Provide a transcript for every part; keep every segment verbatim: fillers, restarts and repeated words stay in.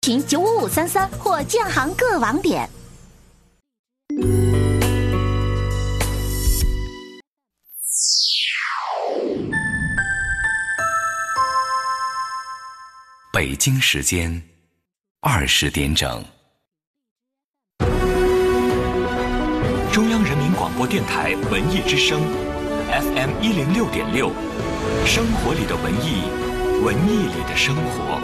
群九五五三三或建行各网点。 北京时间二十点整。中央人民广播电台文艺之声 F M 一零六点六，生活里的文艺，文艺里的生活。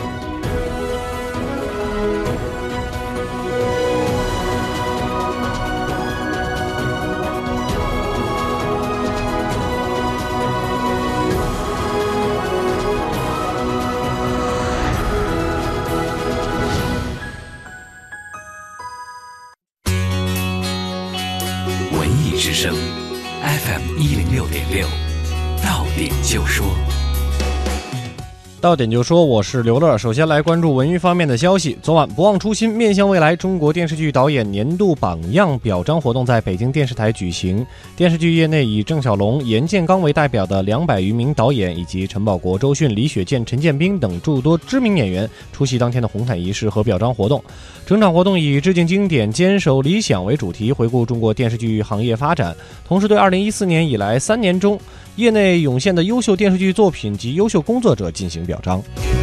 之声 F M 一零六点六，到点就说。 到点就说，我是刘乐。首先来关注文娱方面的消息。昨晚，不忘初心，面向未来中国电视剧导演年度榜样表彰活动在北京电视台举行。电视剧业内以郑晓龙、严建刚为代表的两百余名导演，以及陈宝国、周迅、李雪健、陈建斌等诸多知名演员出席当天的红毯仪式和表彰活动。整场活动以致敬经典、坚守理想为主题，回顾中国电视剧行业发展，同时对二零一四年以来三年中业内涌现的优秀电视剧作品及优秀工作者进行表彰。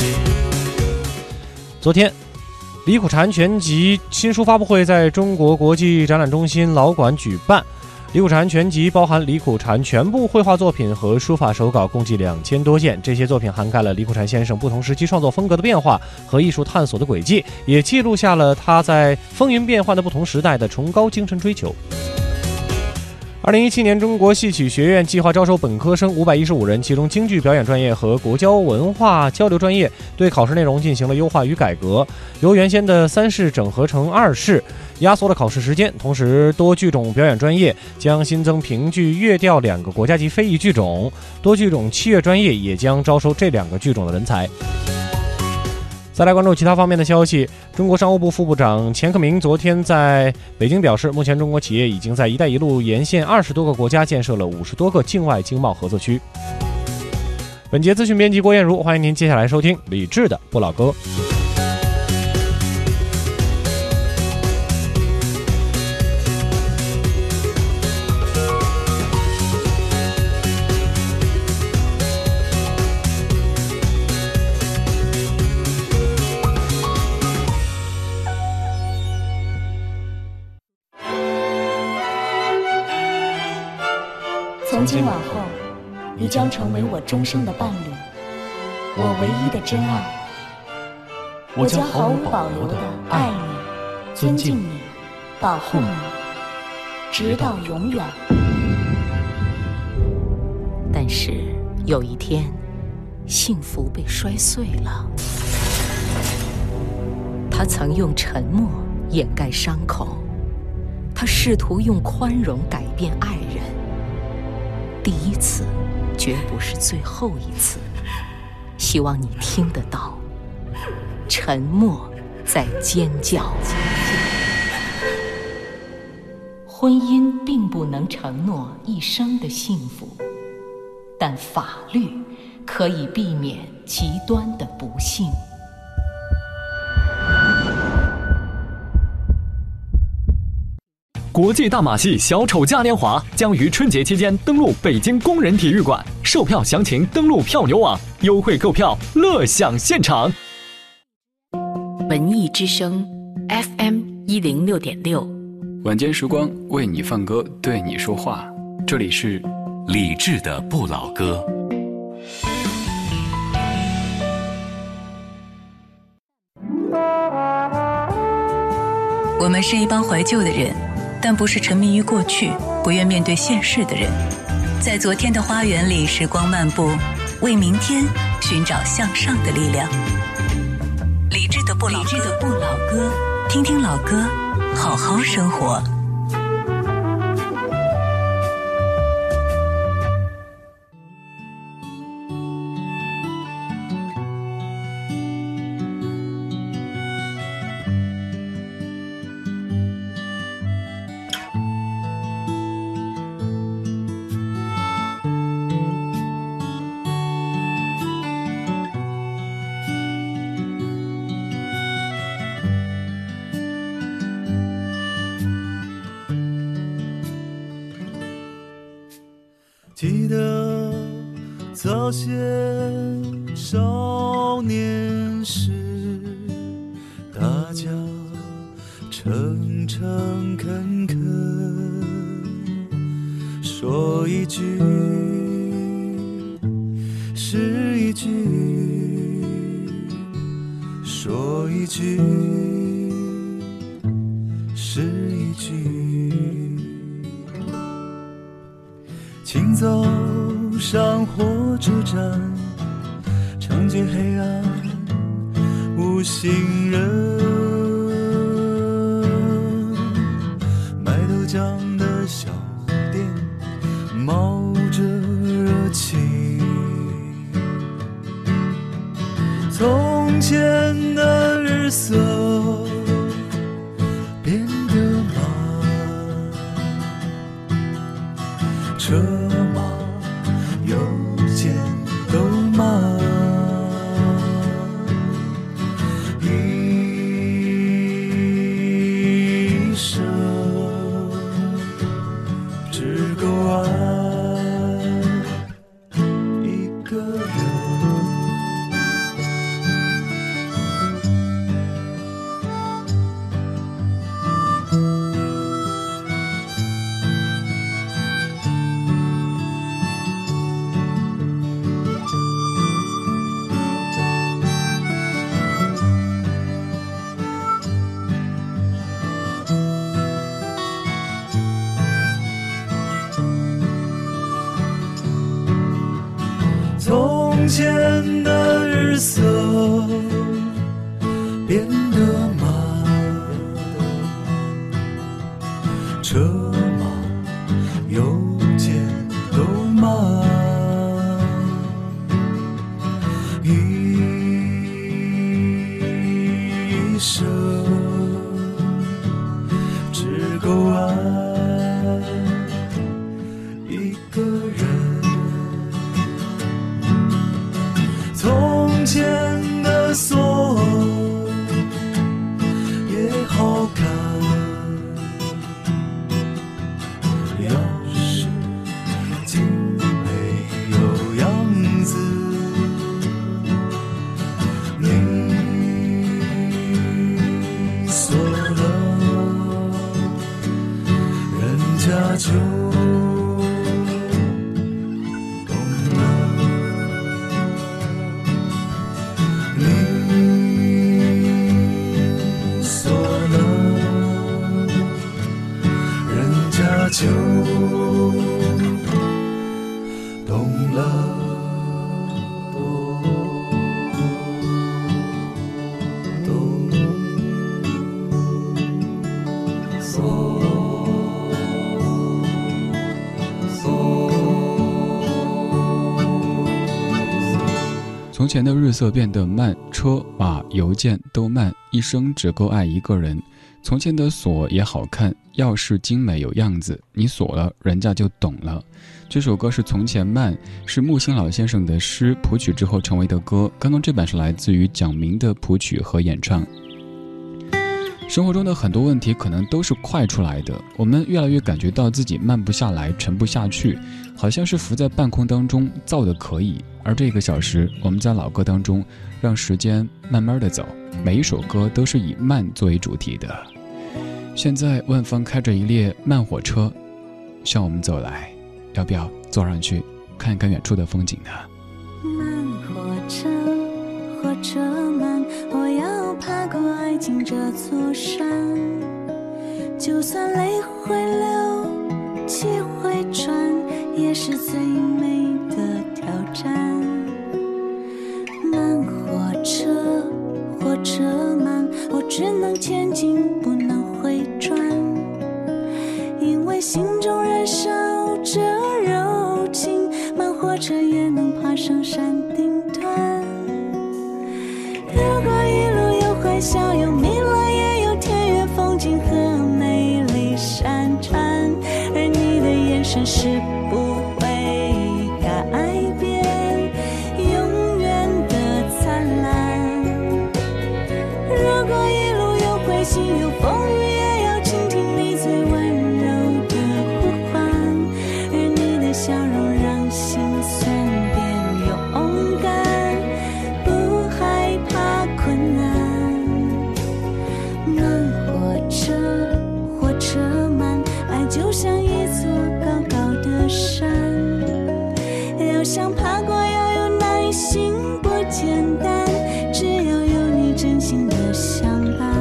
昨天，李苦禅全集新书发布会在中国国际展览中心老馆举办。李苦禅全集包含李苦禅全部绘画作品和书法手稿，共计两千多件。这些作品涵盖了李苦禅先生不同时期创作风格的变化和艺术探索的轨迹，也记录下了他在风云变幻的不同时代的崇高精神追求。二零一七年，中国戏曲学院计划招收本科生五百一十五人，其中京剧表演专业和国交文化交流专业对考试内容进行了优化与改革，由原先的三试整合成二试，压缩了考试时间。同时，多剧种表演专业将新增评剧、乐调两个国家级非遗剧种，多剧种器乐专业也将招收这两个剧种的人才。再来关注其他方面的消息。中国商务部副部长钱克明昨天在北京表示，目前中国企业已经在一带一路沿线二十多个国家建设了五十多个境外经贸合作区。本节资讯编辑郭艳茹，欢迎您接下来收听李志的不老歌。 从今往后，你将成为我终生的伴侣，我唯一的真爱。我将毫无保留地爱你、尊敬你、保护你，直到永远。 但是有一天，幸福被摔碎了。他曾用沉默掩盖伤口，他试图用宽容改变爱人。第一次绝不是最后一次，希望你听得到，沉默在尖叫。婚姻并不能承诺一生的幸福，但法律可以避免极端的不幸。 国际大马戏小丑嘉年华将于春节期间登陆北京工人体育馆，售票详情登录票牛网，优惠购票，乐享现场。 文艺之声 F M 一零六点六， 晚间时光为你放歌，对你说话。这里是李志的不老歌。 我们是一帮怀旧的人，但不是沉迷于过去、不愿面对现实的人。在昨天的花园里，时光漫步，为明天寻找向上的力量。理智的不老歌，理智的不老歌，听听老歌，好好生活。 记得早些少年时，大家诚诚恳恳，说一句是一句，说一句是一句。请走上火车站，长街黑暗无行人，卖豆浆的小店冒着热气。从前的日色变得慢，车马邮件都慢，一生只够爱一个人。从前的日色变得慢，车马邮件都慢，一生只够爱一个人。从前的锁也好看，钥匙竟没有样子，你锁了，人家就就懂了，懂所从前的日色变得慢，车马邮件都慢，一生只够爱一个人。从前的锁也好看，钥匙精美有样子，你锁了，人家就懂了。这首歌是《从前慢》，是木心老先生的诗谱曲之后成为的歌。刚刚这版是来自于蒋明的谱曲和演唱。生活中的很多问题可能都是快出来的，我们越来越感觉到自己慢不下来，沉不下去，好像是浮在半空当中，造的可以。而这个小时，我们在老歌当中让时间慢慢的走，每一首歌都是以慢作为主题的。现在万方开着一列慢火车向我们走来，要不要坐上去看一看远处的风景呢？ 慢火车，火车慢，我要爬过爱情这座山，就算泪会流，气会喘，也是最美的挑战。慢火车，火车慢，我只能前进，不能回转，因为心中燃烧着柔情，慢火车也能爬上山顶端。如果一路有欢笑，有迷乱，也有田园风景和美丽山川，而你的眼神是不会改变，永远的灿烂。如果一路有灰心，有风雨，也要倾听你最温柔的呼唤，而你的笑容让就像一座高高的山，要想爬过要有耐心，不简单，只要有你真心的相伴。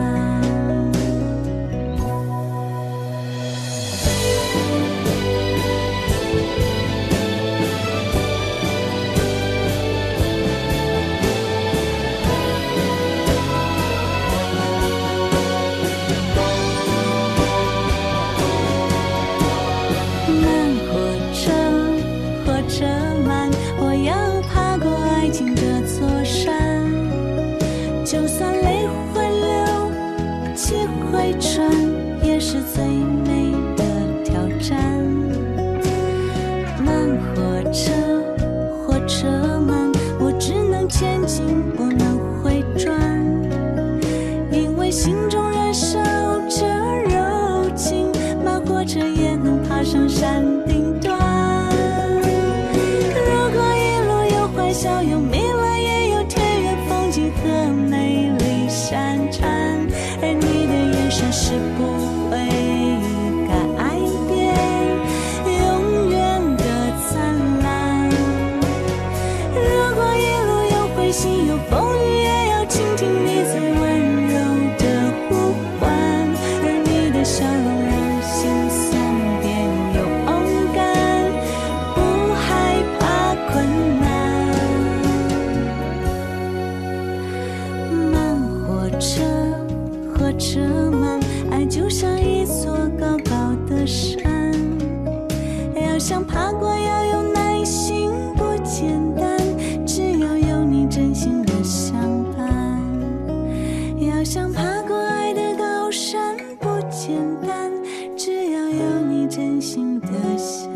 就算泪会流，气会喘，也是最美的挑战。慢火车，火车慢，我只能前进，不能回转，因为心中燃烧着柔情，慢火车也能爬上山顶端。如果一路有欢笑，有迷乱，也有田园风景和美丽山川，而你的眼神是不会改变，永远的灿烂。如果一路有灰心有风雨，也要倾听你最温柔的呼唤，而你的笑容让心酸变有感，不害怕困难。慢火车，火车慢，爱就像一座高高的山，要想爬过要有耐心，不简单，只要有你真心的相伴。要想爬过爱的高山，不简单，只要有你真心的相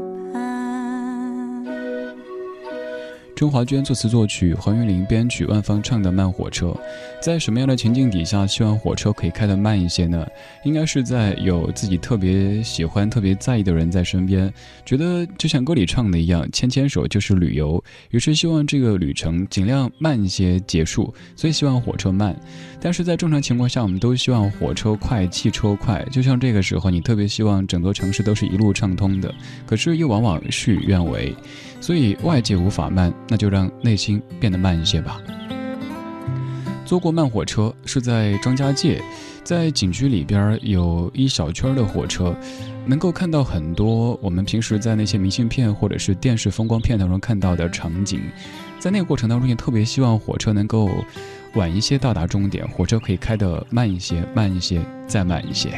伴。 周华娟作词作曲，黄韵玲编曲，万芳唱的《慢火车》。在什么样的情境底下希望火车可以开得慢一些呢？应该是在有自己特别喜欢特别在意的人在身边，觉得就像歌里唱的一样，牵牵手就是旅游，于是希望这个旅程尽量慢一些结束，所以希望火车慢。但是在正常情况下我们都希望火车快，汽车快，就像这个时候你特别希望整座城市都是一路畅通的，可是又往往事与愿违，所以外界无法慢，那就让内心变得慢一些吧。坐过慢火车是在张家界，在景区里边有一小圈的火车，能够看到很多我们平时在那些明信片或者是电视风光片当中看到的场景。在那个过程当中也特别希望火车能够晚一些到达终点，火车可以开得慢一些，慢一些，再慢一些。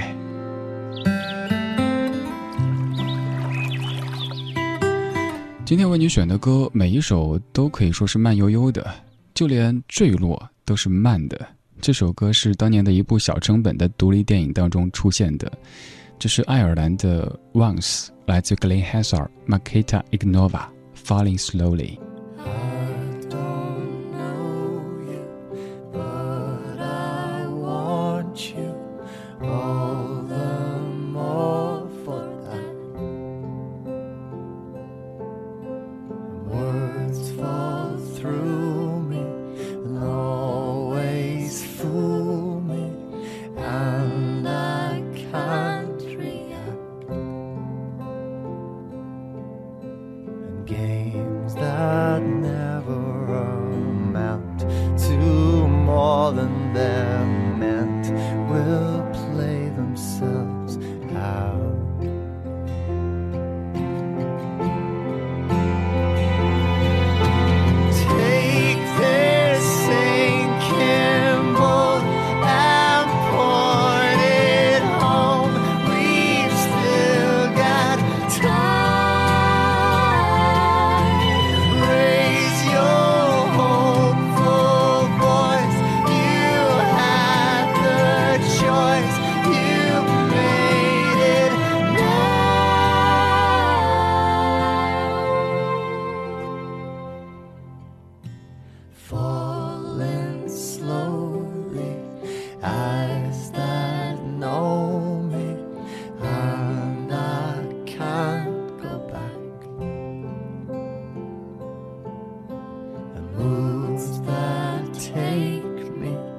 今天为你选的歌每一首都可以说是慢悠悠的，就连坠落都是慢的。这首歌是当年的一部小成本的独立电影当中出现的，这是爱尔兰的 Once， 来自 Glenn Hansard、Makita Ignova Falling Slowly。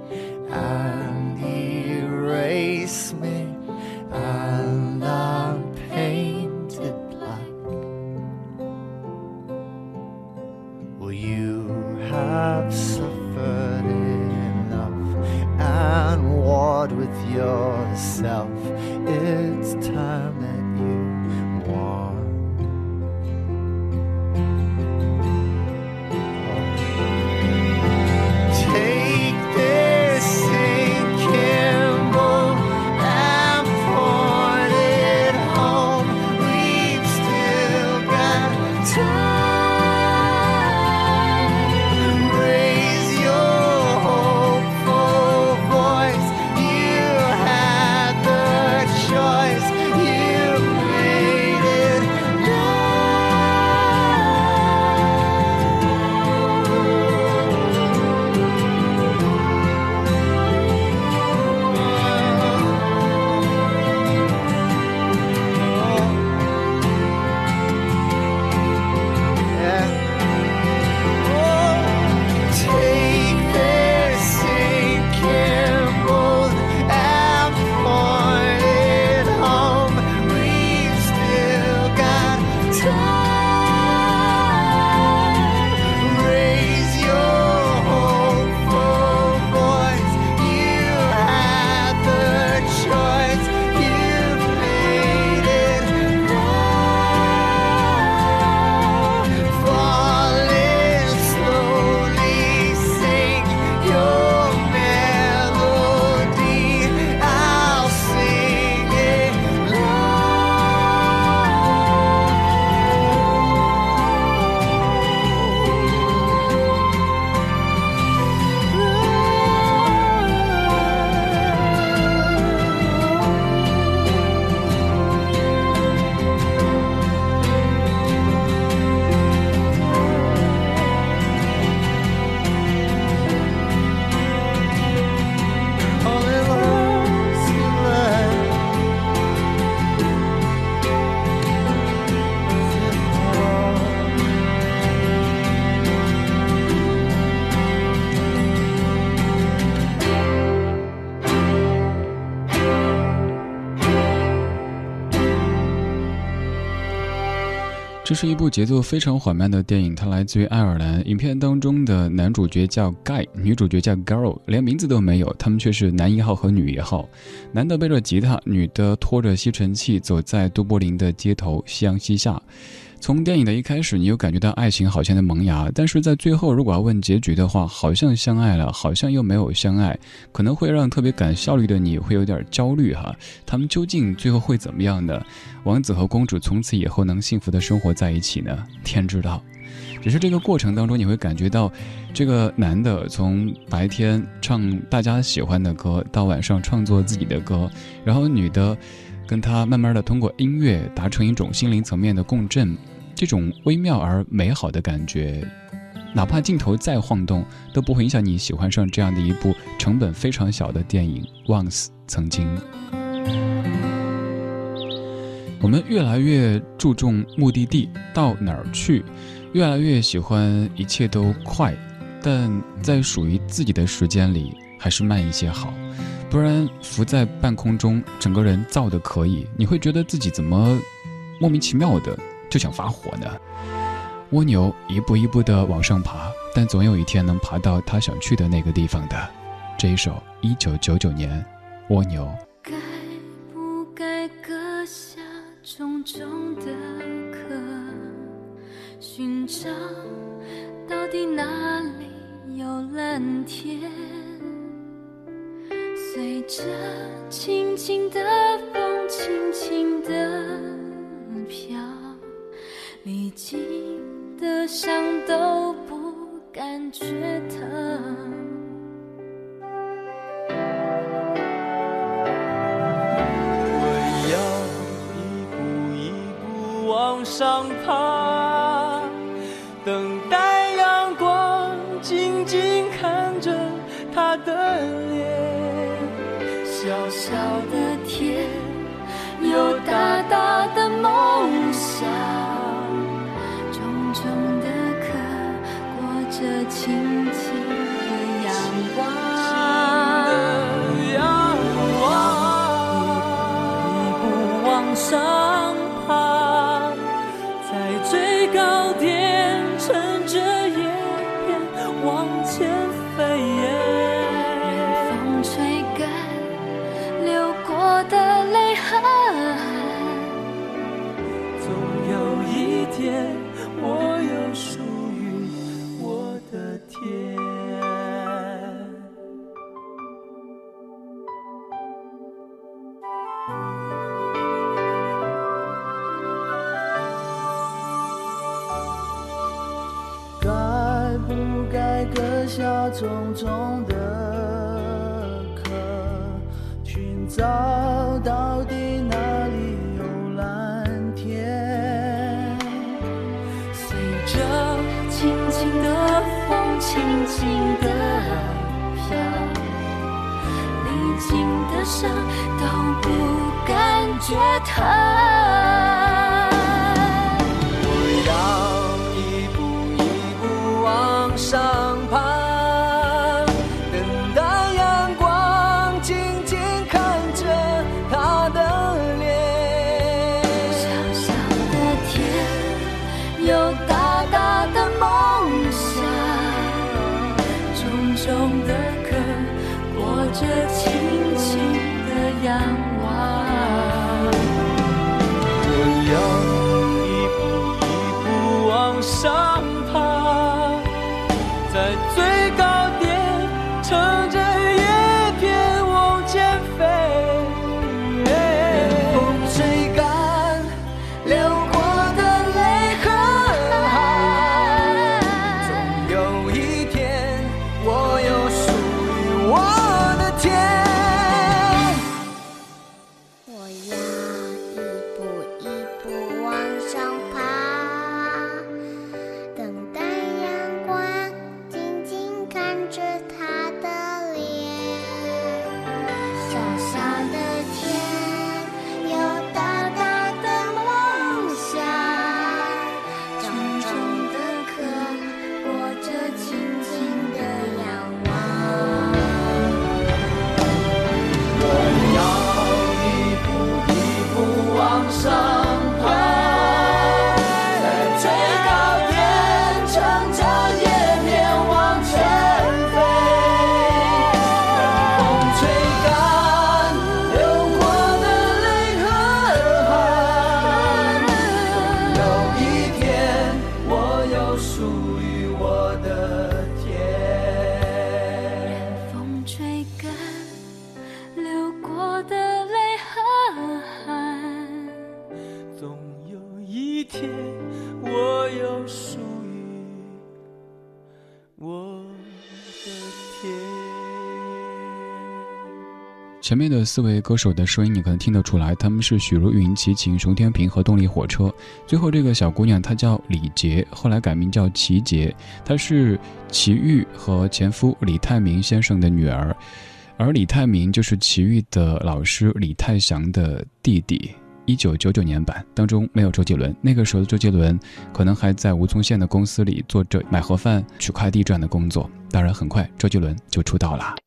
Me and I'm with yourself. It's time that you want. Take this sinking boat and point it home. We've still got time. Raise your hopeful voice. You had the choice. You made it now. Take this sinking boat and point it home. We've still got time. Raise your hopeful voice. You had the choice. You made it now. Falling slowly, sing your melody. I'll sing it all it was you love. 这是一部节奏非常缓慢的电影，它来自于爱尔兰。影片当中的男主角叫 Guy， 女主角叫 Girl， 连名字都没有，他们却是男一号和女一号。男的背着吉他，女的拖着吸尘器，走在都柏林的街头，夕阳西下。从电影的一开始，你又感觉到爱情好像在萌芽，但是在最后，如果要问结局的话，好像相爱了，好像又没有相爱，可能会让特别赶效率的你会有点焦虑哈。他们究竟最后会怎么样呢？王子和公主从此以后能幸福的生活在一起呢？天知道。只是这个过程当中，你会感觉到，这个男的从白天唱大家喜欢的歌，到晚上创作自己的歌，然后女的跟他慢慢的通过音乐达成一种心灵层面的共振，这种微妙而美好的感觉，哪怕镜头再晃动，都不会影响你喜欢上这样的一部成本非常小的电影 Once 曾经。我们越来越注重目的地到哪儿去，越来越喜欢一切都快，但在属于自己的时间里还是慢一些好，不然浮在半空中整个人燥得可以，你会觉得自己怎么莫名其妙的就想发火呢？蜗牛一步一步地往上爬，但总有一天能爬到他想去的那个地方的。这一首一九九九年蜗牛。 该不该割下重重的壳，寻找到底哪里有蓝天，随着轻轻的风轻轻的飘，历经的伤都不感觉疼。 我要一步一步往上爬，等待阳光，静静看着他的脸。 小小的天，有大大的梦想，重重的壳，裹着轻轻的阳光。 一步往上爬，在最高点乘着叶片往前飞。 任风吹干和汗。 总有一天，我有属于我的天。该不该割下重重的壳，寻找到底哪里有蓝天？ 随着轻轻的风，轻轻的飘，历经的伤都不感觉疼。 上爬，等待阳光，静静看着他的脸。 小小的天，有大大的梦想，重重的壳，裹着轻轻的仰望。 我要一步一步往上爬，在最高点，乘着叶片往前飞。风吹干流过的泪和汗，总有一天，我有属于我的天。 我要一步一步往上爬，等待阳光，静静看着他的脸。小小的天，有大大的梦想，重重的壳，裹着轻轻的仰望。 我要一步一步往上爬，在最高点，乘着叶片往前飞。风吹干流过的泪和汗，总有一天，我有属于我的天。 风吹干流过的泪和汗， 总有一天，我有属于我的天。 前面的四位歌手的声音你可能听得出来，他们是许茹芸、齐秦、熊天平和动力火车。最后这个小姑娘她叫李洁，后来改名叫齐洁，她是齐豫和前夫李泰民先生的女儿，而李泰民就是齐豫的老师李泰祥的弟弟。一九九九年版当中没有周杰伦，那个时候的周杰伦可能还在吴宗宪的公司里做着买盒饭、取快递这样的工作。当然很快周杰伦就出道了。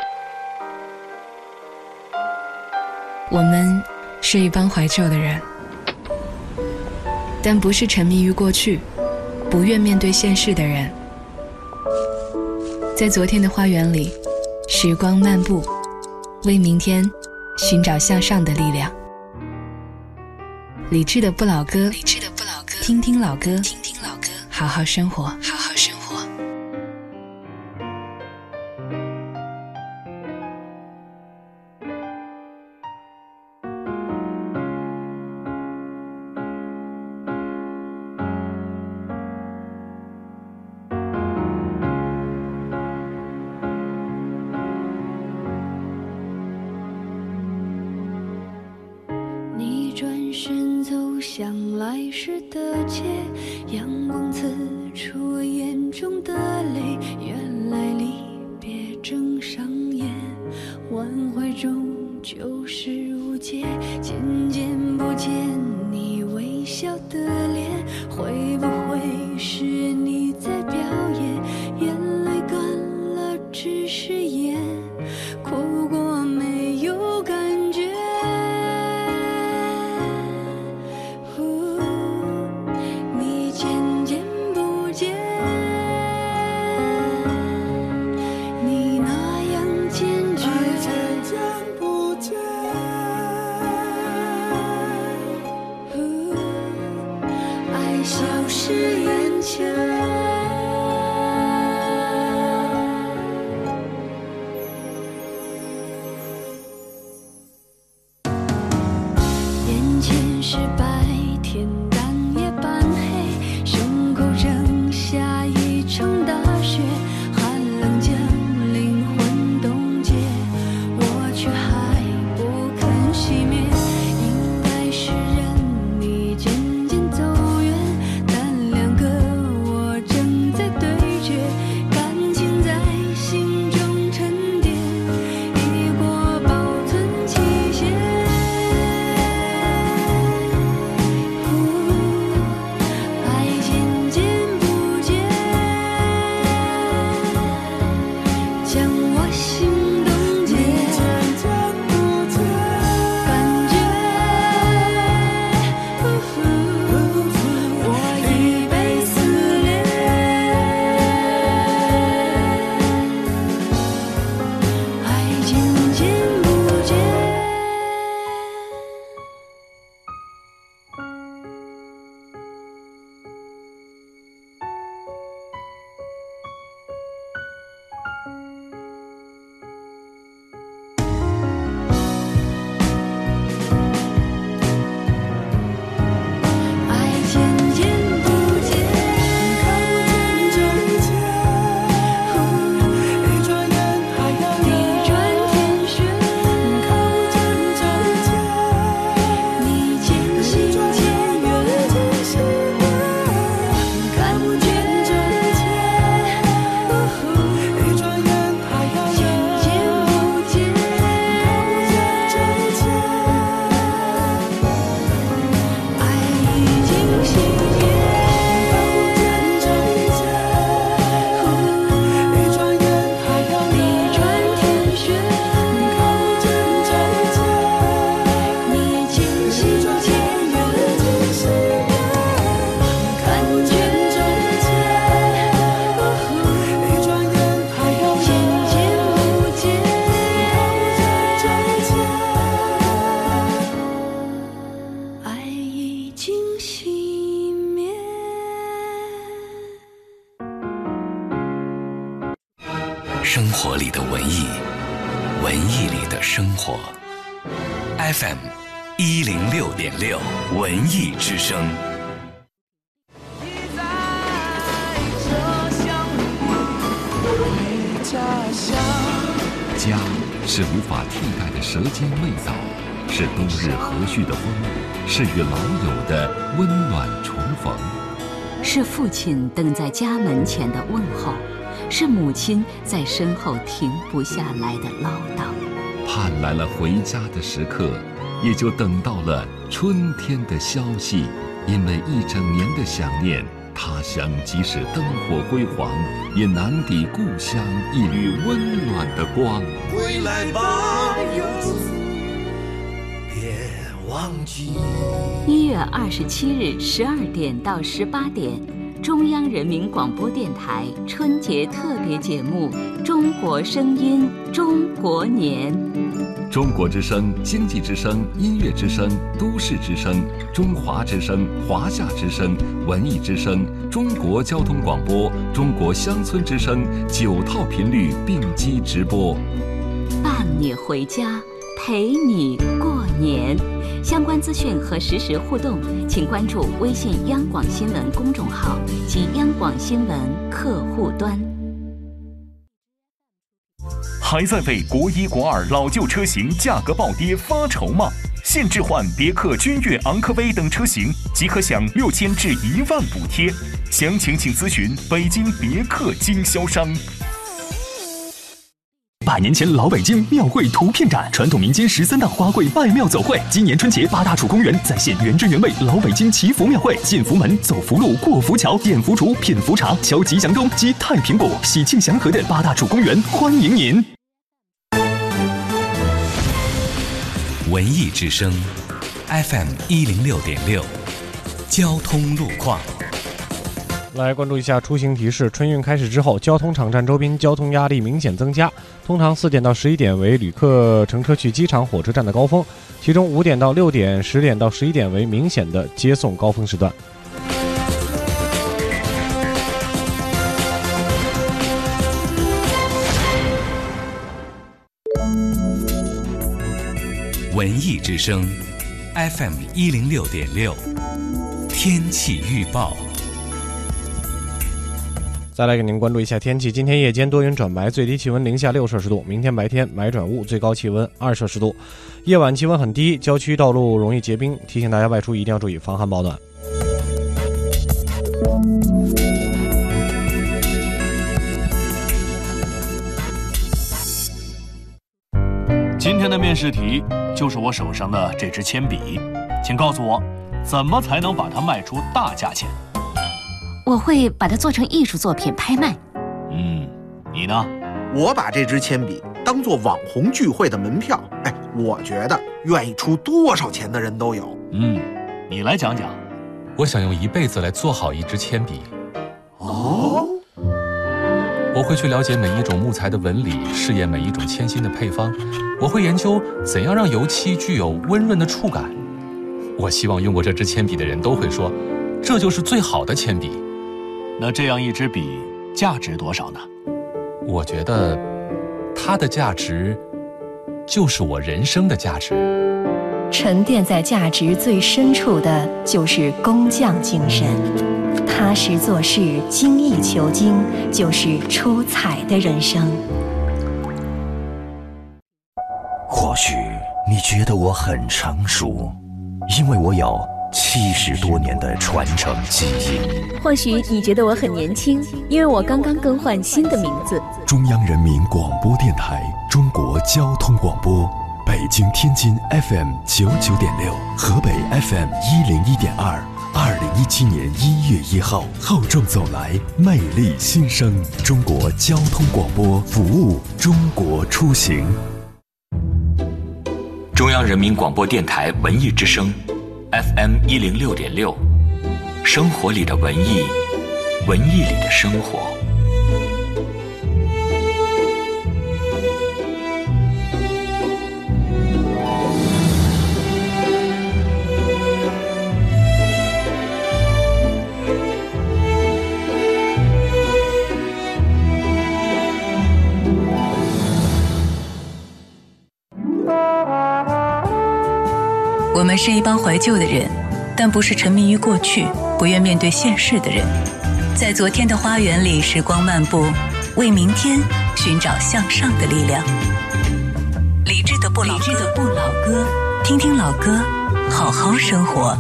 我们是一帮怀旧的人，但不是沉迷于过去，不愿面对现实的人。在昨天的花园里，时光漫步，为明天寻找向上的力量。理智的不老歌，理智的不老歌，听听老歌，听听老歌，好好生活，好好生活。 你转身走向来时的街，阳光刺出我眼中的泪。原来离别正上演，挽回中就是无解。渐渐不见你微笑的脸，会不会是你在表演？眼泪干了只是眼，哭过没有感觉。你渐渐不见，你那样坚决， 渐渐不见， 是眼前。眼前是白天，但夜半黑，胸口正下一场大雪，寒冷将灵魂冻结，我却还不肯熄灭。应该是人你渐渐走远，但两个我正在对决，感情在心中沉淀，已过保存期限。爱渐渐不见，将我心冻结，感觉我已被撕裂，爱渐渐不见。爱渐渐不见，看不见终结，一转眼还要地转天旋，看不见终结，你渐行渐远，看不见终结，一转眼还要渐渐不见，爱已经熄灭，一转眼还要地转天旋，你渐行渐远，看不见终结，一转眼还要渐渐不见，爱已经熄灭。 生活里的文艺，文艺里的生活。F M 一零六点六文艺之声。 家是无法替代的舌尖味道，是冬日和煦的风，是与老友的温暖重逢， 是父亲等在家门前的问候，是母亲在身后停不下来的唠叨。 盼来了回家的时刻，也就等到了春天的消息。因为一整年的想念，他乡即使灯火辉煌，也难抵故乡一缕温暖的光。 归来吧，游子，别忘记。 一月二十七日十二点到十八点，中央人民广播电台春节特别节目《中国声音中国年》。 中国之声、经济之声、音乐之声、都市之声、中华之声、华夏之声、文艺之声、中国交通广播、中国乡村之声九套频率并机直播， 伴你回家，陪你过年。相关资讯和实时互动，请关注微信央广新闻公众号及央广新闻客户端。 还在为国一国二老旧车型价格暴跌发愁吗？现置换别克君越、昂科威等车型，即可享六千至一万补贴。详情请咨询北京别克经销商。 百年前老北京庙会图片展，传统民间十三大花卉拜庙走会。今年春节八大处公园再现原汁原味老北京祈福庙会，进福门、走福路、过福桥、点福烛、品福茶、敲吉祥钟及太平鼓，喜庆祥和的八大处公园欢迎您。 文艺之声 F M 一零六点六，交通路况。 来关注一下出行提示。春运开始之后，交通场站周边交通压力明显增加。通常四点到十一点为旅客乘车去机场、火车站的高峰，其中五点到六点、十点到十一点为明显的接送高峰时段。 文艺之声 F M 一零六点六，天气预报。 再来给您关注一下天气，今天夜间多云转白，最低气温零下六摄氏度，明天白天霾转雾，最高气温二摄氏度，夜晚气温很低，郊区道路容易结冰，提醒大家外出一定要注意防寒保暖。 今天的面试题就是我手上的这支铅笔，请告诉我，怎么才能把它卖出大价钱？ 我会把它做成艺术作品拍卖。 嗯，你呢？ 我把这支铅笔当做网红聚会的门票。哎，我觉得愿意出多少钱的人都有。 嗯，你来讲讲。 我想用一辈子来做好一支铅笔。 哦。 我会去了解每一种木材的纹理，试验每一种铅芯的配方。我会研究怎样让油漆具有温润的触感。我希望用过这支铅笔的人都会说，这就是最好的铅笔。 那这样一支笔价值多少呢？ 我觉得它的价值就是我人生的价值。 沉淀在价值最深处的就是工匠精神，踏实做事，精益求精，就是出彩的人生。 或许你觉得我很成熟，因为我有七十多年的传承基因。 或许你觉得我很年轻，因为我刚刚更换新的名字。 中央人民广播电台中国交通广播，北京天津 F M 九九点六，河北 F M 一零一点二。二零一七年一月一号，厚重走来，魅力新生。中国交通广播，服务中国出行。 中央人民广播电台文艺之声 F M 一零六点六，生活里的文艺，文艺里的生活。 我们是一帮怀旧的人，但不是沉迷于过去，不愿面对现实的人。在昨天的花园里时光漫步，为明天寻找向上的力量。理智的不老歌，理智的不老歌，听听老歌，好好生活。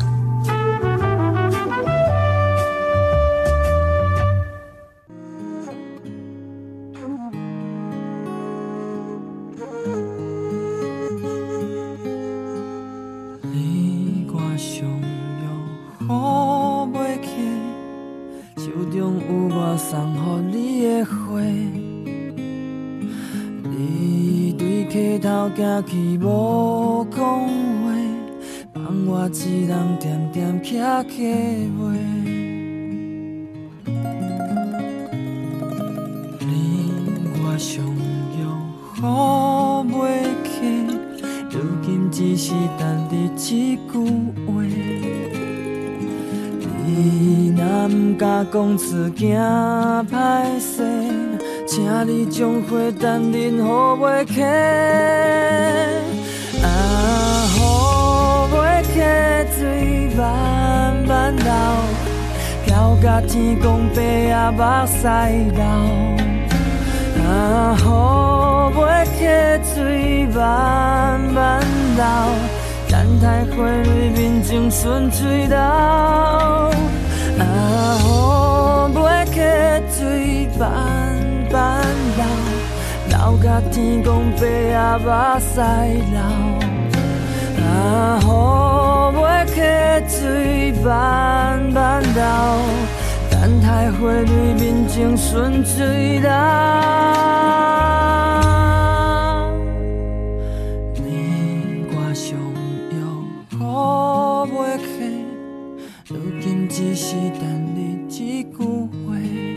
行去无讲话，放我一人点点徛起袂。你我相约好袂起，如今只是等你一句话。你若不敢讲出惊歹势，请你将花等忍好袂起，啊，好袂起水慢慢流，流甲天公伯仔目屎流，啊，好袂起水慢慢流，等待花蕊面前顺水流，啊，好袂起水慢。慢流，流甲天公伯仔目屎流，啊，雨袂起水慢慢流，等待花蕊面前顺水流。你我相约雨袂起，如今只是等你一句话。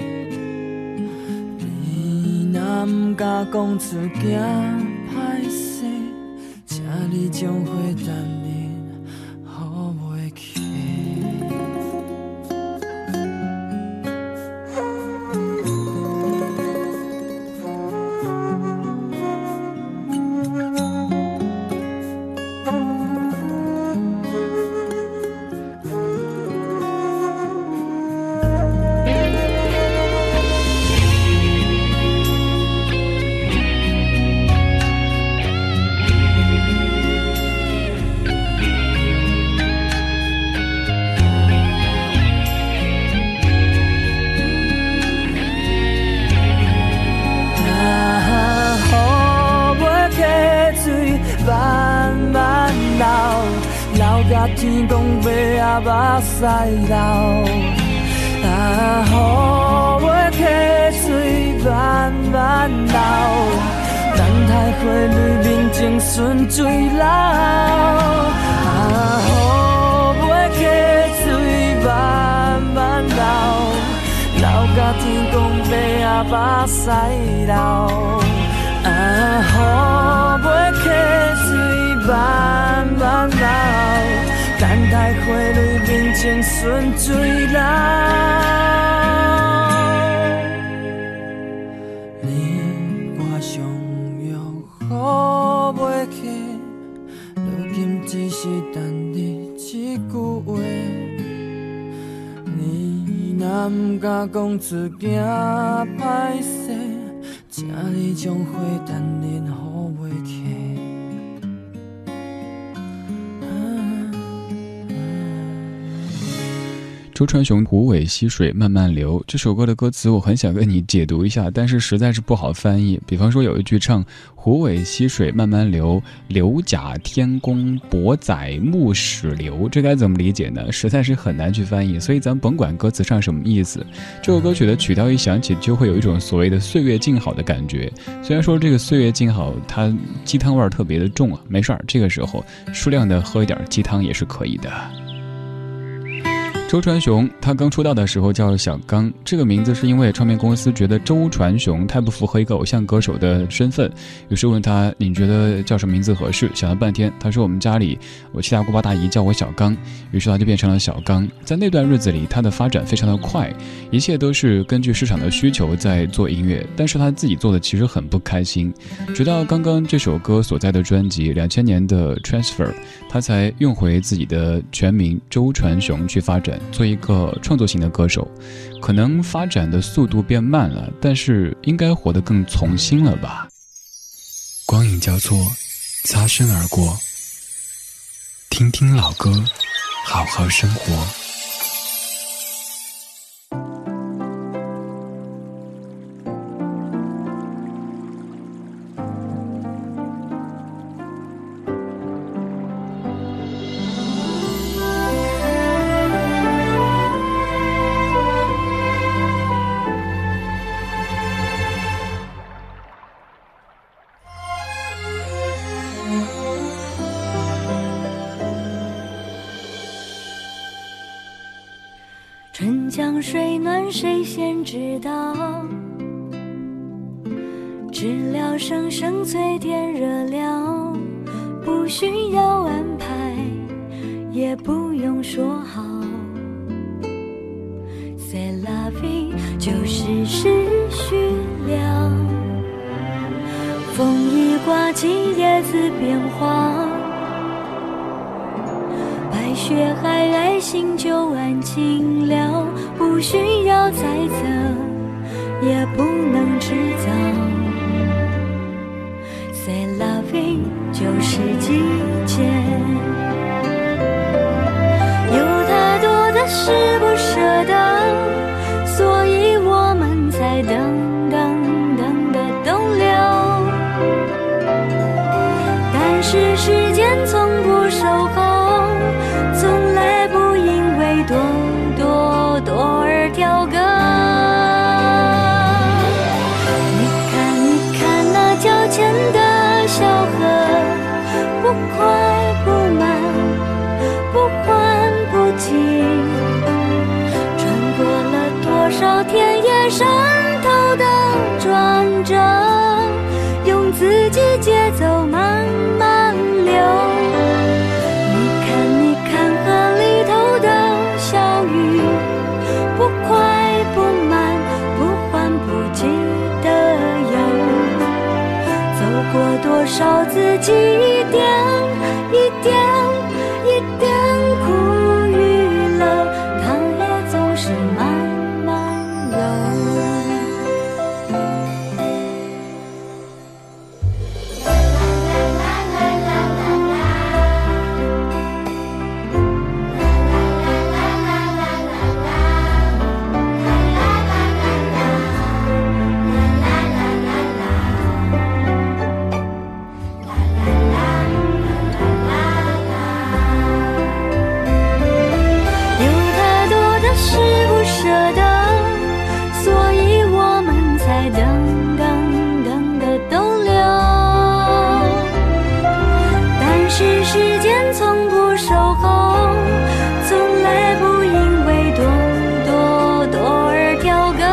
若不敢讲出惊歹势，请你将花等忍好袂起。 甲天公伯仔目屎流，啊，雨袂溪水慢慢流，等待花蕊面前顺水流，啊，雨袂溪水慢慢流，流甲天公伯仔目屎流，啊，雨袂溪水慢慢流，等待花蕊面前顺水流。年华上有雨袂起，如今只是等你一句话。你若不敢讲出惊歹势，请你将花等忍雨袂起。 周传雄《虎尾溪水慢慢流》这首歌的歌词我很想跟你解读一下，但是实在是不好翻译。比方说有一句唱虎尾溪水慢慢流，流甲天公伯载木始流，这该怎么理解呢？实在是很难去翻译，所以咱们甭管歌词上什么意思，这首歌曲的曲调一响起就会有一种所谓的岁月静好的感觉。虽然说这个岁月静好它鸡汤味儿特别的重啊，没事儿，这个时候适量的喝一点鸡汤也是可以的。周传雄他刚出道的时候叫小刚，这个名字是因为唱片公司觉得周传雄太不符合一个偶像歌手的身份，于是问他你觉得叫什么名字合适，想了半天他说我们家里我七大姑八大姨叫我小刚，于是他就变成了小刚。在那段日子里他的发展非常的快，一切都是根据市场的需求在做音乐，但是他自己做的其实很不开心。直到刚刚这首歌所在的专辑两千年的 Transfer， 他才用回自己的全名周传雄去发展，做一个创作型的歌手。可能发展的速度变慢了，但是应该活得更从心了吧。 光影交错，擦身而过，听听老歌，好好生活。 春江水暖谁先知道，知了声声催天热了，不需要安排，也不用说好， C'est la vie 就是时序了。风一刮起叶子变黄，白雪皑皑心就安静了，不需要猜测，也不能制造。C'est la vie 就是季节，有太多的事不舍得，所以我们才等等等的东流。但是时间从不守候，从来不因为多多多而挑歌。你看你看那脚前的小河，不快不慢，不缓不急，穿过了多少田野山头的转折，用自己节奏慢慢流。你看你看河里头的小鱼，不快不慢，不缓不急的游，走过多少自己一点是时间从不守候，从来不因为多多多而调羹。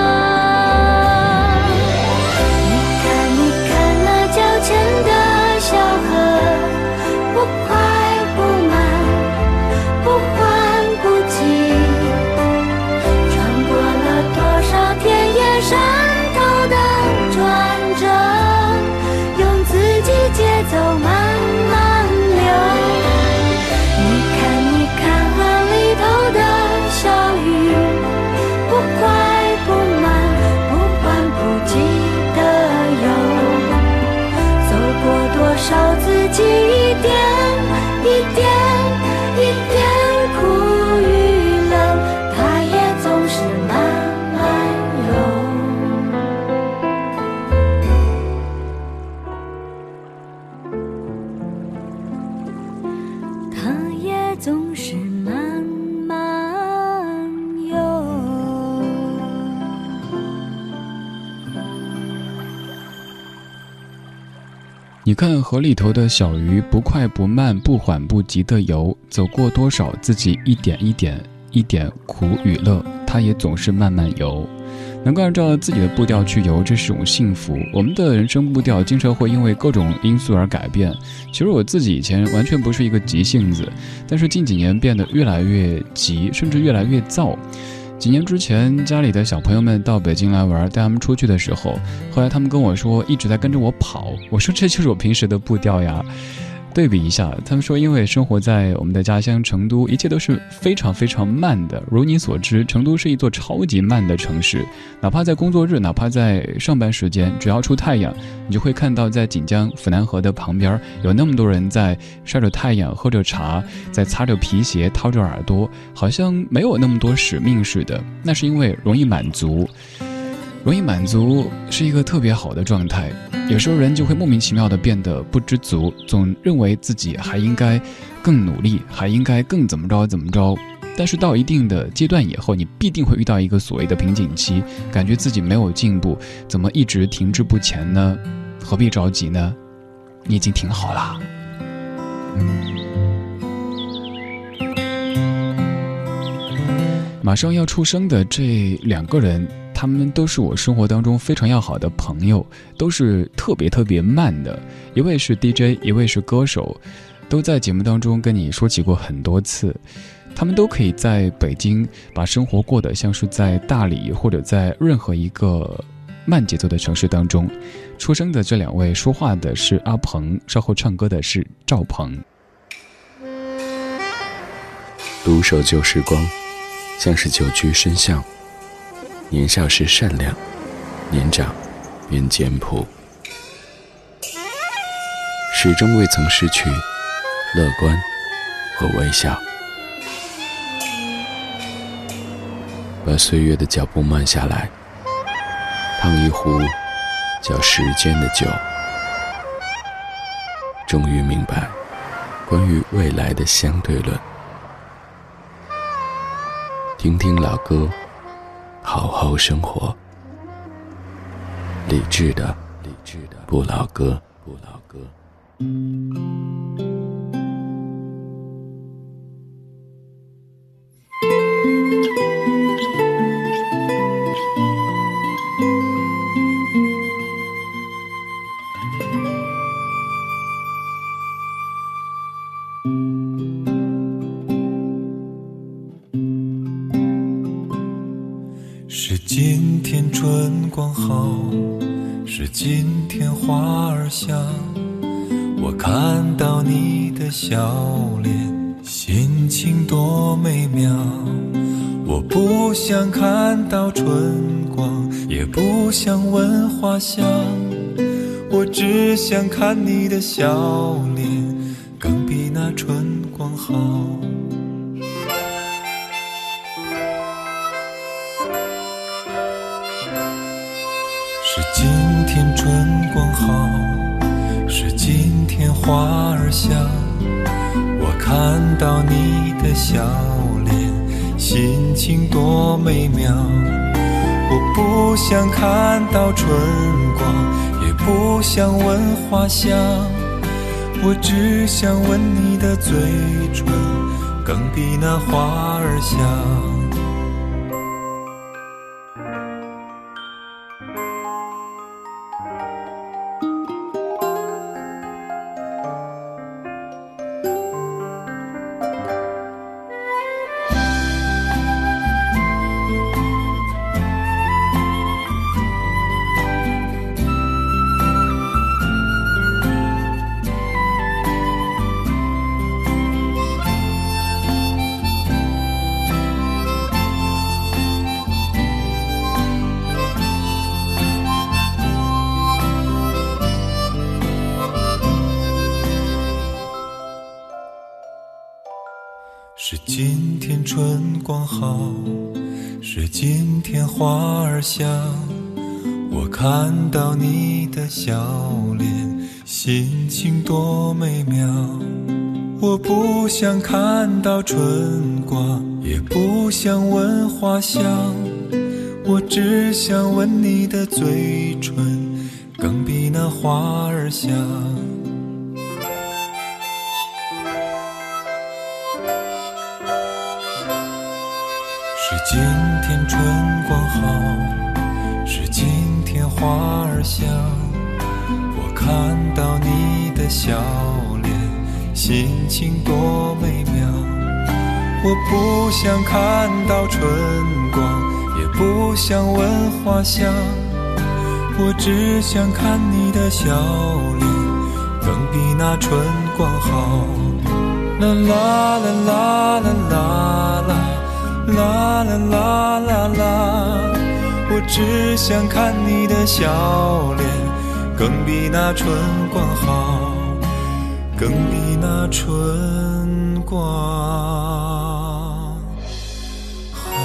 你看你看那交浅的小河，不快不慢，不缓不急，穿过了多少田野山头的转折，用自己节奏慢慢流。你看你看河里头的小鱼，不快不慢，不缓不急的游，走过多少自己一点一点一点苦与乐，它也总是慢慢游。它也总是慢慢游。 你看河里头的小鱼，不快不慢，不缓不急地游，走过多少自己一点一点一点苦与乐，它也总是慢慢游。能够按照自己的步调去游，这是种幸福。我们的人生步调经常会因为各种因素而改变。其实我自己以前完全不是一个急性子，但是近几年变得越来越急，甚至越来越躁。几年之前，家里的小朋友们到北京来玩，带他们出去的时候，后来他们跟我说一直在跟着我跑，我说这就是我平时的步调呀。对比一下，他们说因为生活在我们的家乡成都，一切都是非常非常慢的。如你所知，成都是一座超级慢的城市，哪怕在工作日，哪怕在上班时间，只要出太阳，你就会看到在锦江府南河的旁边有那么多人在晒着太阳，喝着茶，在擦着皮鞋，掏着耳朵，好像没有那么多使命似的。那是因为容易满足，容易满足是一个特别好的状态。有时候人就会莫名其妙地变得不知足，总认为自己还应该更努力，还应该更怎么着怎么着。但是到一定的阶段以后，你必定会遇到一个所谓的瓶颈期，感觉自己没有进步，怎么一直停滞不前呢？何必着急呢？你已经挺好了。马上要出生的这两个人，他们都是我生活当中非常要好的朋友，都是特别特别慢的。一位是 D J， 一位是歌手，都在节目当中跟你说起过很多次。他们都可以在北京把生活过得像是在大理或者在任何一个慢节奏的城市当中。出生的这两位，说话的是阿鹏，稍后唱歌的是赵鹏。 独守旧时光，像是久居深巷。年少时善良，年长便简朴，始终未曾失去乐观和微笑。把岁月的脚步慢下来，烫一壶叫时间的酒，终于明白关于未来的相对论。听听老歌，好好生活。理智的理智的不老歌不老歌。 是今天春光好，是今天花儿香，我看到你的笑脸，心情多美妙。我不想看到春光，也不想闻花香，我只想看你的笑脸，更比那春光好。是今天春光好，是今天花儿香，我看到你的笑脸，心情多美妙。我不想看到春光，也不想闻花香， 我只想吻你的嘴唇，更比那花儿香。是今天春光好，是今天花儿香，我看到你的笑脸，心情多美妙。我不想看到春光，也不想闻花香，我只想吻你的嘴唇，更比那花儿香。是今天春光好，是今天花儿香，我看到你的笑脸，心情多美妙。我不想看到春光，也不想闻花香，我只想看你的笑脸，更比那春光好。啦啦啦啦啦啦啦啦啦啦啦啦，我只想看你的笑脸，更比那春光好，更比那春光好。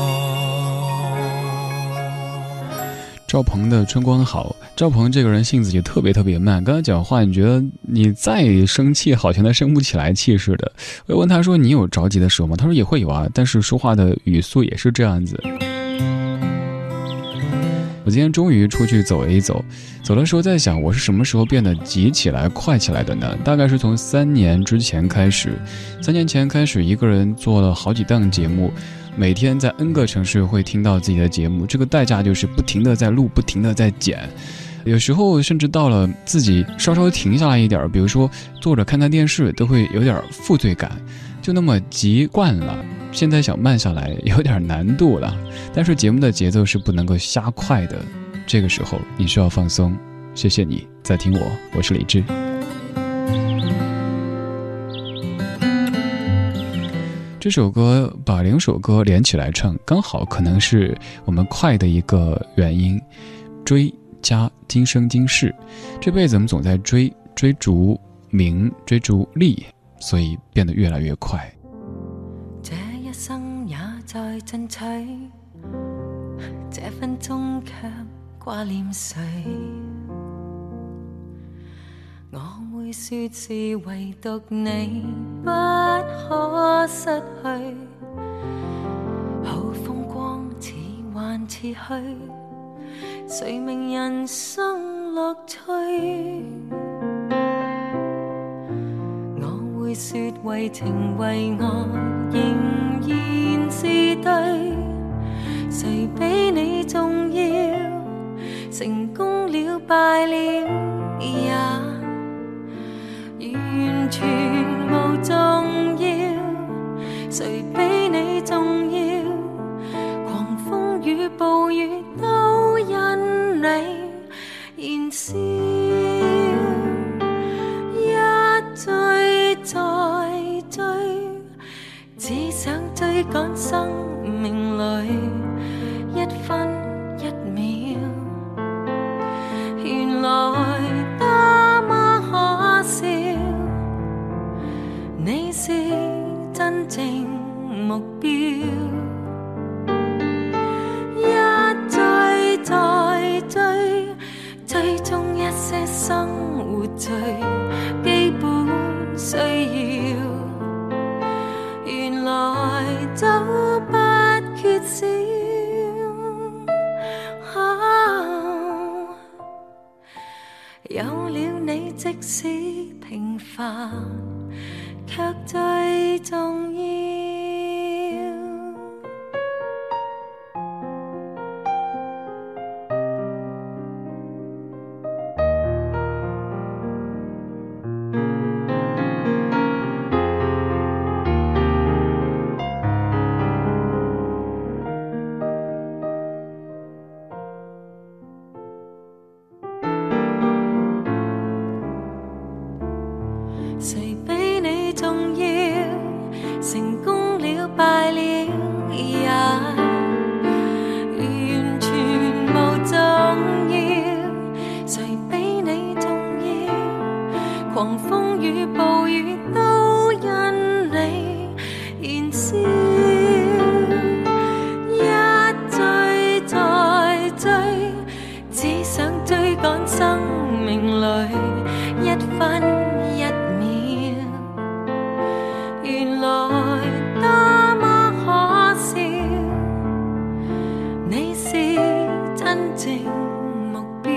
赵鹏的春光好。赵鹏这个人性子也特别特别慢，刚才讲话你觉得你再生气好像他生不起来气似的。我就问他说你有着急的时候吗？他说也会有啊，但是说话的语速也是这样子。我今天终于出去走了一走，走的时候在想我是什么时候变得急起来快起来的呢？大概是从三年之前开始，三年前开始一个人做了好几档节目，每天在 N 个城市会听到自己的节目，这个代价就是不停的在录，不停的在剪，有时候甚至到了自己稍稍停下来一点，比如说坐着看看电视都会有点负罪感，就那么急惯了，现在想慢下来有点难度了。但是节目的节奏是不能够瞎快的，这个时候你需要放松。谢谢你在听我，我是李志。这首歌把两首歌连起来唱，刚好可能是我们快的一个原因。追加今生今世，这辈子我们总在追追逐名，追逐利，所以变得越来越快。 这一生也在進取，這分鐘卻掛念誰？我會說是唯獨你不可失去，好風光似幻似虛，誰明人生樂趣？我會說為情為愛仍然是對，誰比你重要？成功了敗了也完全無重要，誰比你重要？狂風與暴雨都因你燃燒，一追再追，只想追趕生命裏一分一秒，原來多麼可笑，你是真正目標，一追再追，追蹤一些生活最基本需要，原來早不缺少。有了你，即使平凡卻最重要。誰比你重要？成功了敗了也完全無重要。誰比你重要？狂風與暴雨都因你燃燒。一追再追，只想追趕生命裏一分一秒。原來多麼可笑，你是真正目標。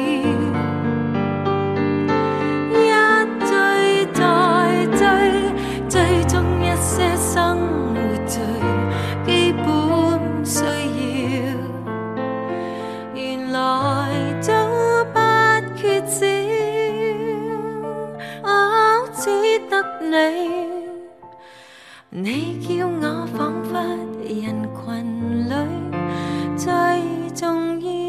一追再追，追蹤一些生活最基本需要。原來早不缺少，我只得你。你叫我彷彿人群裏最重要。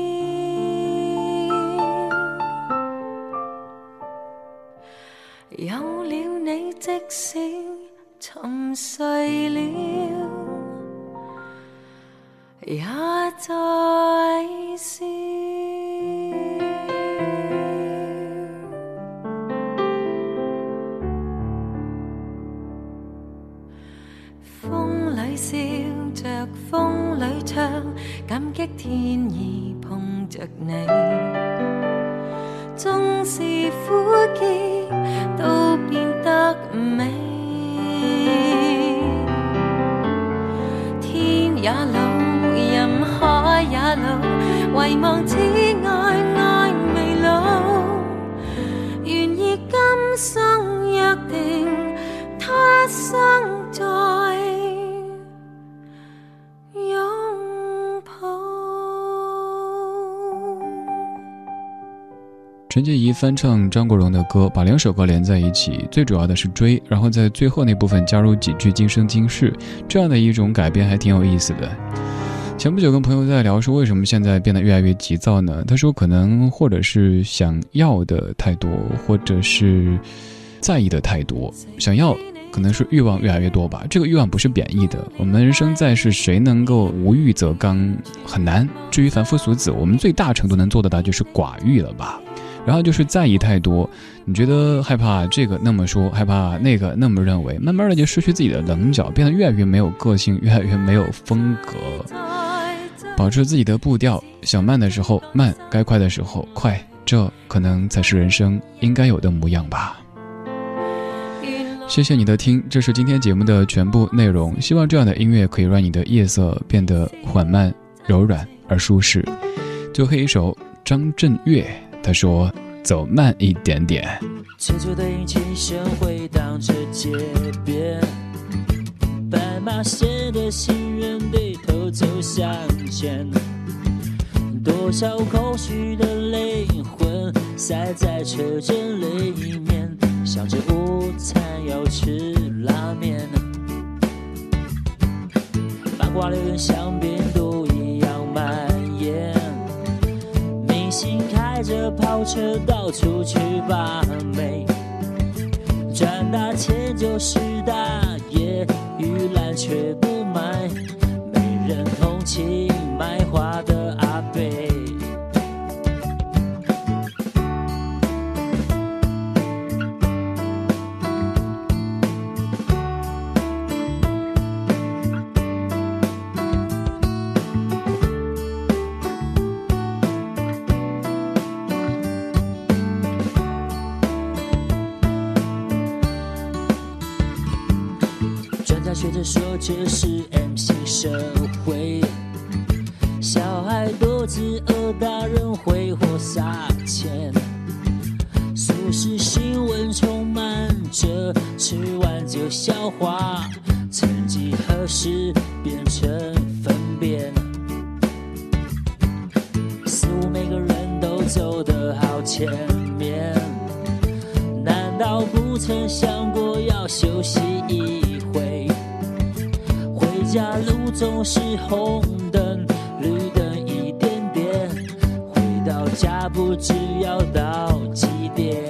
有了你，即使沉睡了，也在笑。風裏笑着，風裏唱，感激天意碰着你。縱是苦澀都變得美。天也老，人海也老，遺忘此愛愛未老。願意今生約定，他生再陈洁仪翻唱张国荣的歌，把两首歌连在一起，最主要的是追，然后在最后那部分加入几句今生今世，这样的一种改编还挺有意思的。前不久跟朋友在聊说，为什么现在变得越来越急躁呢？他说可能或者是想要的太多，或者是在意的太多。想要可能是欲望越来越多吧，这个欲望不是贬义的，我们人生在世，谁能够无欲则刚？很难。至于凡夫俗子，我们最大程度能做得到就是寡欲了吧。然后就是在意太多，你觉得害怕这个那么说，害怕那个那么认为，慢慢的就失去自己的棱角，变得越来越没有个性，越来越没有风格。保持自己的步调，想慢的时候慢，该快的时候快，这可能才是人生应该有的模样吧。谢谢你的听，这是今天节目的全部内容，希望这样的音乐可以让你的夜色变得缓慢柔软而舒适。最后一首张震岳，他说走慢一点点。 车车的引擎声回荡着街边，斑马线的行人低头走向前，多少空虚的灵魂塞在车阵里面，想着午餐要吃拉面，八卦流言像病毒一样蔓延，明星开着跑车到处去把妹，赚大钱就是大爷，预览却不买，没人同情卖花的阿伯。学着说这是 M C 社会，小孩肚子饿，大人挥霍撒钱，俗世新闻充满着，吃完就消化，曾几何时变成粪便。似乎每个人都走得好前面，难道不曾想过要休息一回？回家路总是红灯绿灯一点点，回到家不知要到几点。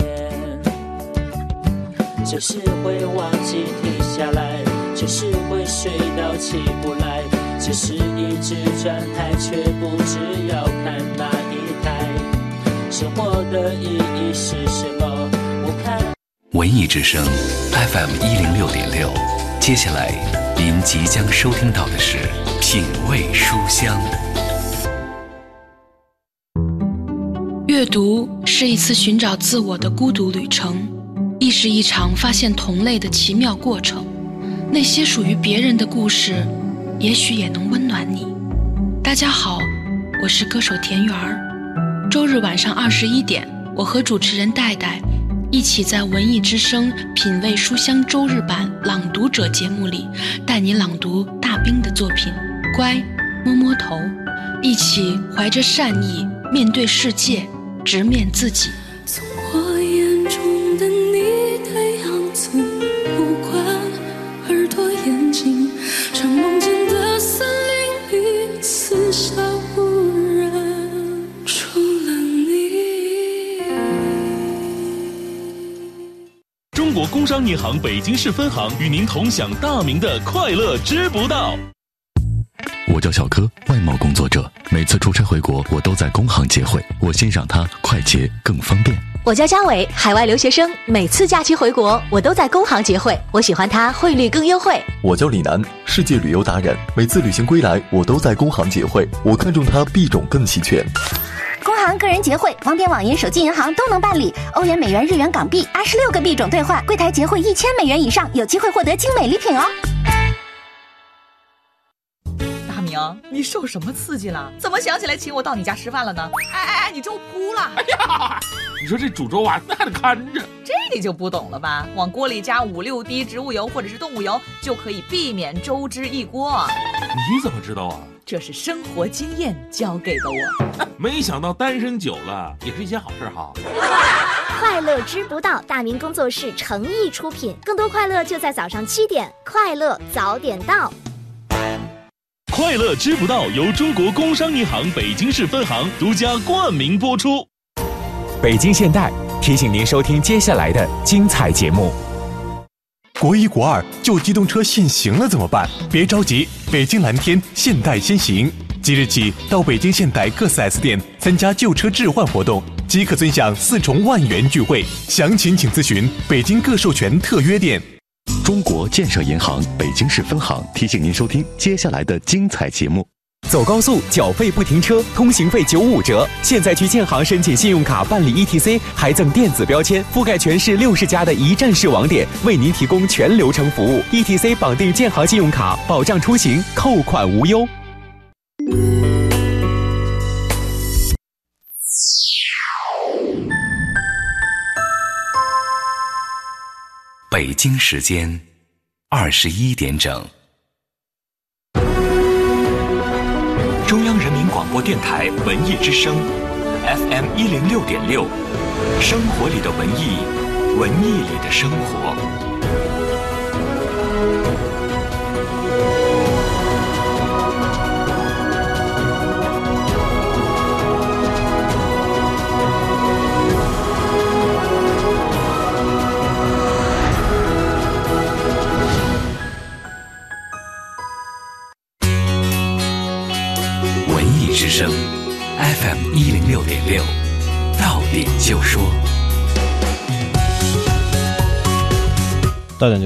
就是会忘记停下来，就是会睡到起不来，只是一直转台，却不知要看哪一台。生活的意义是什么？我看文艺之声 F M 一零六点六，接下来您即将收听到的是品味书香。 阅读是一次寻找自我的孤独旅程，亦是一场发现同类的奇妙过程。那些属于别人的故事，也许也能温暖你。大家好，我是歌手田园儿。周日晚上二十一点，我和主持人戴戴一起在文艺之声品味书香周日版朗读者节目里，带你朗读大兵的作品《乖，摸摸头》，一起怀着善意面对世界，直面自己。 从我眼中的你的样子，不管耳朵眼睛，像梦见的森林里，四下无人，除了你。 中国工商银行北京市分行与您同享大明的快乐知不道。 我叫小柯，外贸工作者，每次出差回国，我都在工行结汇，我欣赏它快捷更方便。 我叫嘉伟，海外留学生，每次假期回国，我都在工行结汇，我喜欢它汇率更优惠。 我叫李楠，世界旅游达人，每次旅行归来，我都在工行结汇，我看中它币种更齐全。 工行个人结汇，网点、网银、手机银行都能办理。欧元、美元、日元、港币，二十六个币种兑换，柜台结汇一千美元以上，有机会获得精美礼品哦。 大明，你受什么刺激了？怎么想起来请我到你家吃饭了呢？哎哎哎，你粥扑了！哎呀， 你说这煮粥啊，那还得看着。 这你就不懂了吧？往锅里加五六滴植物油或者是动物油，就可以避免粥汁一锅。 你怎么知道啊？ 这是生活经验教给的我。 没想到单身久了也是一件好事哈。 快乐知不道，大明工作室诚意出品，更多快乐就在早上七点，快乐早点到。 快乐知不道由中国工商银行北京市分行独家冠名播出。 北京现代提醒您收听接下来的精彩节目。 国一国二旧机动车限行了怎么办？别着急，北京蓝天现代先行，即日起到北京现代各 四 S 店参加旧车置换活动，即可尊享四重万元钜惠。详情请咨询北京各授权特约店。 中国建设银行北京市分行提醒您收听接下来的精彩节目。 走高速缴费不停车，通行费九五折。现在去建行申请信用卡办理 E T C， 还赠电子标签，覆盖全市六十家的一站式网点，为您提供全流程服务。E T C 绑定建行信用卡，保障出行，扣款无忧。 北京时间二十一点整。 中央人民广播电台文艺之声 F M 一零六点六，生活里的文艺，文艺里的生活。 之声 F M 一零六点六，到点就说。 到点就